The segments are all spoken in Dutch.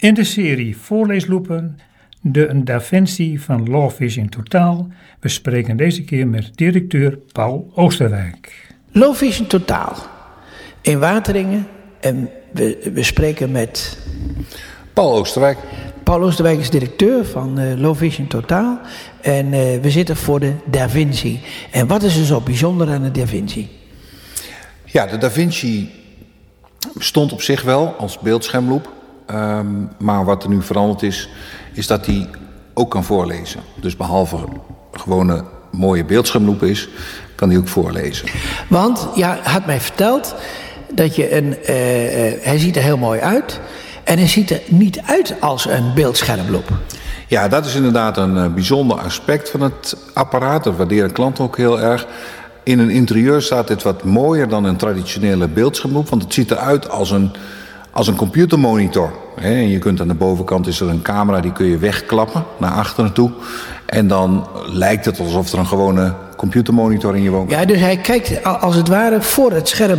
In de serie Voorleesloepen, de DaVinci van Law Vision Totaal, we spreken deze keer met directeur Paul Oosterwijk. Law Vision Totaal in Wateringen en we spreken met Paul Oosterwijk. Paul Oosterwijk is directeur van Law Vision Totaal en we zitten voor de DaVinci. En wat is er zo bijzonder aan de DaVinci? Ja, de DaVinci bestond op zich wel als beeldschermloep. Maar wat er nu veranderd is dat hij ook kan voorlezen. Dus behalve gewone mooie beeldschermloep is, kan hij ook voorlezen. Want, ja, hij had mij verteld dat je hij ziet er heel mooi uit. En hij ziet er niet uit als een beeldschermloep. Ja, dat is inderdaad een bijzonder aspect van het apparaat. Dat waarderen klanten ook heel erg. In een interieur staat dit wat mooier dan een traditionele beeldschermloep. Want het ziet eruit als een computermonitor. En je kunt aan de bovenkant is er een camera, die kun je wegklappen naar achteren toe. En dan lijkt het alsof er een gewone computermonitor in je woonkamer. Ja, dus hij kijkt als het ware voor het scherm,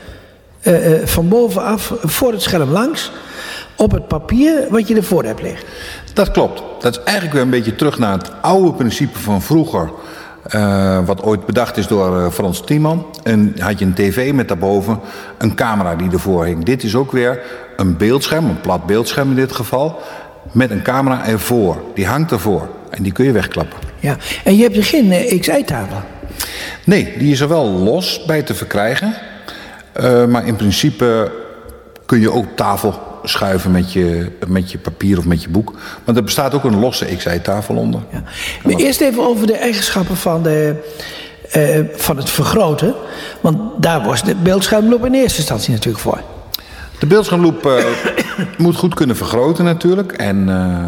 van bovenaf, voor het scherm langs, op het papier wat je ervoor hebt liggen. Dat klopt. Dat is eigenlijk weer een beetje terug naar het oude principe van vroeger. Wat ooit bedacht is door Frans Tiemann. En had je een tv met daarboven een camera die ervoor hing. Dit is ook weer een beeldscherm, een plat beeldscherm in dit geval, met een camera ervoor. Die hangt ervoor en die kun je wegklappen. Ja, en je hebt er geen XI-tafel? Nee, die is er wel los bij te verkrijgen. Maar in principe kun je ook tafel schuiven met je papier of met je boek. Maar er bestaat ook een losse XI-tafel onder. Ja. Maar eerst even over de eigenschappen van het vergroten. Want daar was de beeldschermloop in eerste instantie natuurlijk voor. De beeldschermloop moet goed kunnen vergroten natuurlijk. En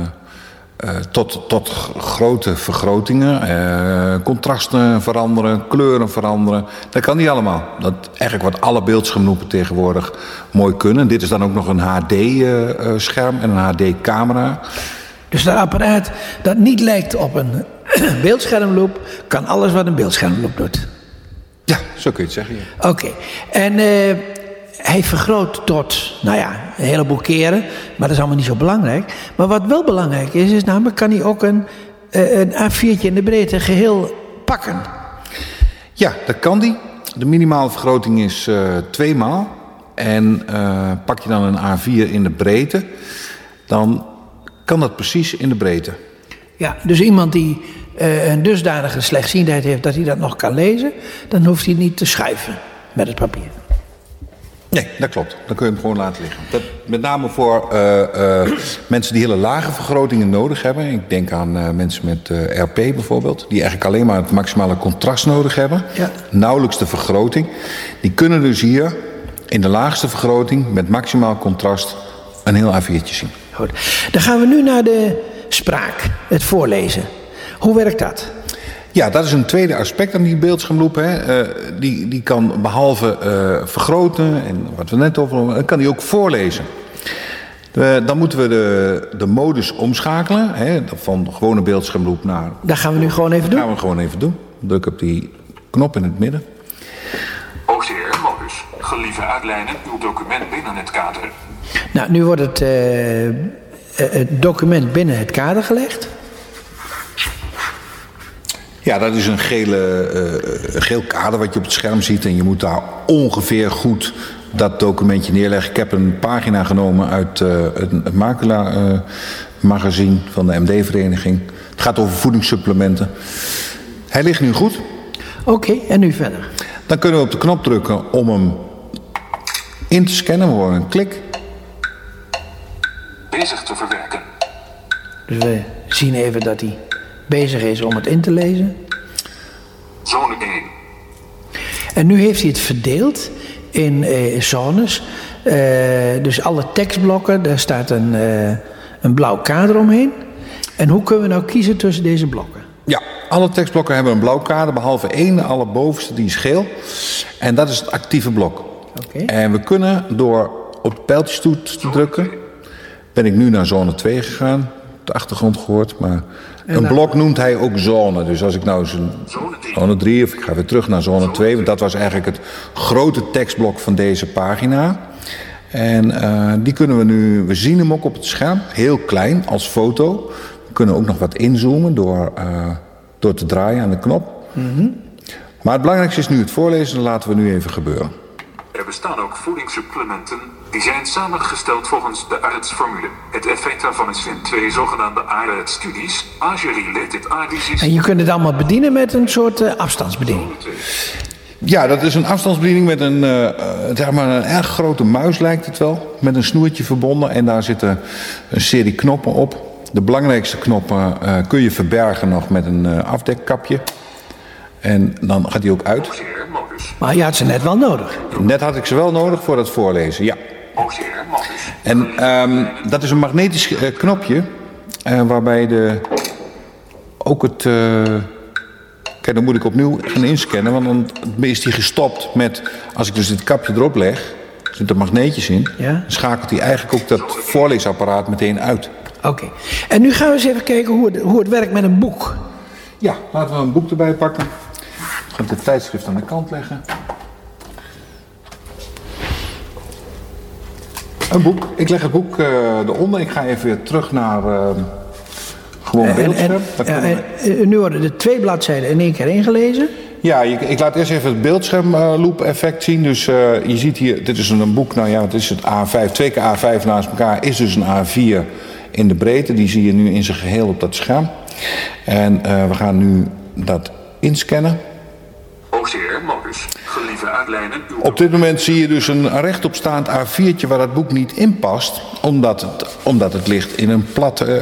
tot grote vergrotingen. Contrasten veranderen, kleuren veranderen. Dat kan niet allemaal. Dat is eigenlijk wat alle beeldschermloepen tegenwoordig mooi kunnen. Dit is dan ook nog een HD-scherm en een HD-camera. Dus dat apparaat dat niet lijkt op een beeldschermloop, kan alles wat een beeldschermloop doet. Ja, zo kun je het zeggen. Ja. Oké. En hij vergroot tot, een heleboel keren. Maar dat is allemaal niet zo belangrijk. Maar wat wel belangrijk is namelijk, kan hij ook een A4'tje in de breedte geheel pakken. Ja, dat kan die. De minimale vergroting is 2 maal. En pak je dan een A4 in de breedte, dan kan dat precies in de breedte. Ja, dus iemand die een dusdanige slechtziendheid heeft dat hij dat nog kan lezen, dan hoeft hij niet te schuiven met het papier. Nee, dat klopt. Dan kun je hem gewoon laten liggen. Dat, met name voor mensen die hele lage vergrotingen nodig hebben. Ik denk aan mensen met RP bijvoorbeeld. Die eigenlijk alleen maar het maximale contrast nodig hebben. Ja. Nauwelijks de vergroting. Die kunnen dus hier in de laagste vergroting met maximaal contrast een heel A4'tje zien. Goed. Dan gaan we nu naar de spraak, het voorlezen. Hoe werkt dat? Ja, dat is een tweede aspect aan die beeldschermloep. Die kan behalve vergroten en wat we net over hadden, kan die ook voorlezen. Dan moeten we de modus omschakelen. Van gewone beeldschermloep naar... Dat gaan we nu gewoon even doen? Dat gaan we gewoon even doen. Druk op die knop in het midden. OCR-modus. Gelieve uitlijnen uw document binnen het kader. Nou, nu wordt het document binnen het kader gelegd. Ja, dat is een geel kader wat je op het scherm ziet. En je moet daar ongeveer goed dat documentje neerleggen. Ik heb een pagina genomen uit het Macula-magazine van de MD-vereniging. Het gaat over voedingssupplementen. Hij ligt nu goed. Oké, en nu verder? Dan kunnen we op de knop drukken om hem in te scannen. We horen een klik. Bezig te verwerken. Dus we zien even dat hij bezig is om het in te lezen. Zone 1. En nu heeft hij het verdeeld in zones. Dus alle tekstblokken, daar staat een blauw kader omheen. En hoe kunnen we nou kiezen tussen deze blokken? Ja, alle tekstblokken hebben een blauw kader, behalve één, de allerbovenste, die is geel. En dat is het actieve blok. Okay. En we kunnen door op de pijltjestoet te drukken, ben ik nu naar zone 2 gegaan. De achtergrond gehoord, maar een blok noemt hij ook zone. Dus als ik nou zone 3 of ik ga weer terug naar zone 2, want dat was eigenlijk het grote tekstblok van deze pagina. En die kunnen we zien hem ook op het scherm, heel klein als foto. We kunnen ook nog wat inzoomen door te draaien aan de knop. Maar het belangrijkste is nu het voorlezen, dat laten we nu even gebeuren. Er bestaan ook voedingssupplementen die zijn samengesteld volgens de artsformule. Het effect daarvan is in 2 zogenaamde ARED-studies, Age-related eye disease. En je kunt het allemaal bedienen met een soort afstandsbediening. Ja, dat is een afstandsbediening met een erg grote muis lijkt het wel. Met een snoertje verbonden en daar zitten een serie knoppen op. De belangrijkste knoppen kun je verbergen nog met een afdekkapje. En dan gaat hij ook uit. Maar je had ze net wel nodig. Net had ik ze wel nodig voor het voorlezen, ja. En dat is een magnetisch knopje. Waarbij ook het... Kijk, dan moet ik opnieuw gaan inscannen. Want dan is die gestopt met... Als ik dus dit kapje erop leg... Er zitten magneetjes in. Ja? Dan schakelt hij eigenlijk ook dat voorleesapparaat meteen uit. Oké. En nu gaan we eens even kijken hoe het werkt met een boek. Ja, laten we een boek erbij pakken. Ik ga het tijdschrift aan de kant leggen. Een boek. Ik leg het boek eronder. Ik ga even weer terug naar gewoon beeldscherm. Nu worden er 2 bladzijden in 1 keer ingelezen. Ja, ik laat eerst even het beeldschermloop effect zien. Dus je ziet hier, dit is een boek, nou ja, het is het A5. 2 keer A5 naast elkaar is dus een A4 in de breedte. Die zie je nu in zijn geheel op dat scherm. En we gaan nu dat inscannen. OCR-modus. Gelieve uitlijnen. Op dit moment zie je dus een rechtopstaand A4'tje waar dat boek niet in past. Omdat het ligt in een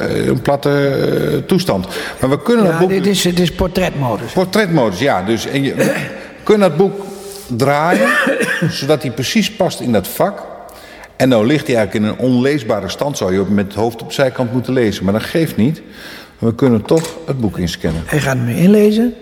platte toestand. Maar we kunnen dat boek... Het is portretmodus. Portretmodus, ja. Dus, we kunnen dat boek draaien, zodat hij precies past in dat vak. En nou ligt hij eigenlijk in een onleesbare stand. Zou je met het hoofd op de zijkant moeten lezen. Maar dat geeft niet. We kunnen toch het boek inscannen. Hij gaat hem nu inlezen.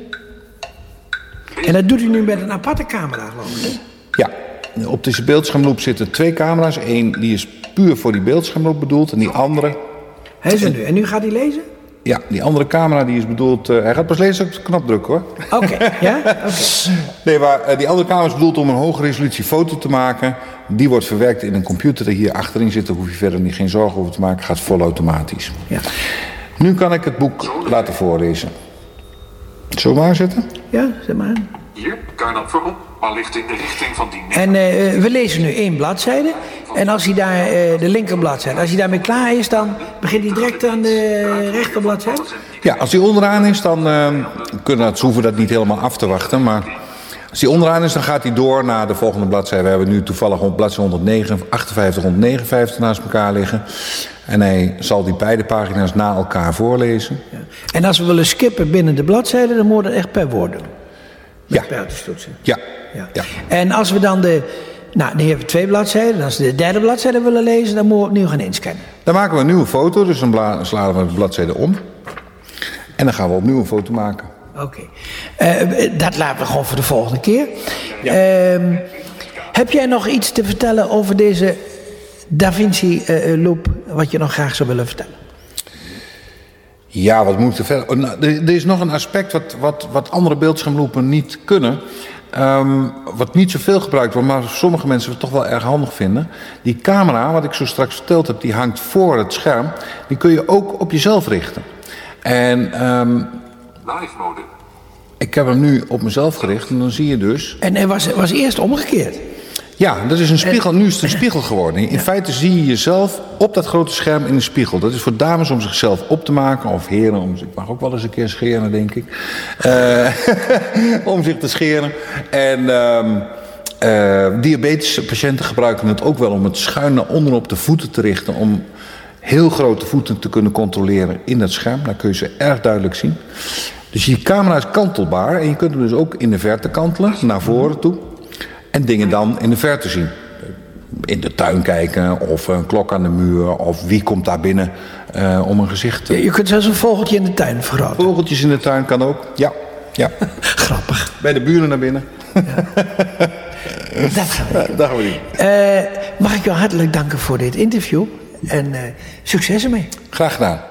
En dat doet hij nu met een aparte camera, geloof ik. Ja, op deze beeldschermloop zitten 2 camera's. Eén die is puur voor die beeldschermloop bedoeld. En die andere... Hij is er nu. En nu gaat hij lezen? Ja, die andere camera die is bedoeld... hij gaat pas lezen op de knop drukken, hoor. Oké, ja? Oké. Nee, maar die andere camera is bedoeld om een hoge resolutie foto te maken. Die wordt verwerkt in een computer die hier achterin zit. Daar hoef je verder geen zorgen over te maken. Gaat volautomatisch. Ja. Nu kan ik het boek laten voorlezen. Zullen we maar zetten? Ja, zeg maar. Hier, kaarnap voorop, maar ligt in de richting van die... En we lezen nu 1 bladzijde. En als hij daar, de linkerbladzijde, als hij daarmee klaar is, dan begint hij direct aan de rechterbladzijde? Ja, als hij onderaan is, dan ze hoeven dat niet helemaal af te wachten. Maar als hij onderaan is, dan gaat hij door naar de volgende bladzijde. We hebben nu toevallig op bladzijde 158, 159 naast elkaar liggen. En hij zal die beide pagina's na elkaar voorlezen. Ja. En als we willen skippen binnen de bladzijde, dan moet het echt per woord doen. Met pijltjestoetsen. Ja. En als we dan nu hebben we 2 bladzijden. En als we de 3e bladzijde willen lezen, dan moeten we opnieuw gaan inscannen. Dan maken we een nieuwe foto, dus dan slaan we de bladzijde om. En dan gaan we opnieuw een foto maken. Oké. Dat laten we gewoon voor de volgende keer. Ja. Heb jij nog iets te vertellen over deze Da Vinci loop, wat je nog graag zou willen vertellen? Ja, wat moet ik er verder... Er is nog een aspect wat andere beeldschermloepen niet kunnen. Wat niet zoveel gebruikt wordt, maar sommige mensen het toch wel erg handig vinden. Die camera, wat ik zo straks verteld heb, die hangt voor het scherm. Die kun je ook op jezelf richten. En Live mode. ik heb hem nu op mezelf gericht en dan zie je dus... En hij was eerst omgekeerd. Ja, dat is een spiegel. Nu is het een spiegel geworden. In feite zie je jezelf op dat grote scherm in een spiegel. Dat is voor dames om zichzelf op te maken. Of heren, ik mag ook wel eens een keer scheren, denk ik. Om zich te scheren. En diabetische patiënten gebruiken het ook wel om het schuin naar onder op de voeten te richten. Om heel grote voeten te kunnen controleren in dat scherm. Daar kun je ze erg duidelijk zien. Dus je camera is kantelbaar. En je kunt hem dus ook in de verte kantelen, naar voren toe. En dingen dan in de verte zien. In de tuin kijken, of een klok aan de muur, of wie komt daar binnen om een gezicht te... Je kunt zelfs een vogeltje in de tuin vergroten. Vogeltjes in de tuin kan ook, ja. Grappig. Bij de buren naar binnen. Ja. Dat gaan we doen. Mag ik jou hartelijk danken voor dit interview. En succes ermee. Graag gedaan.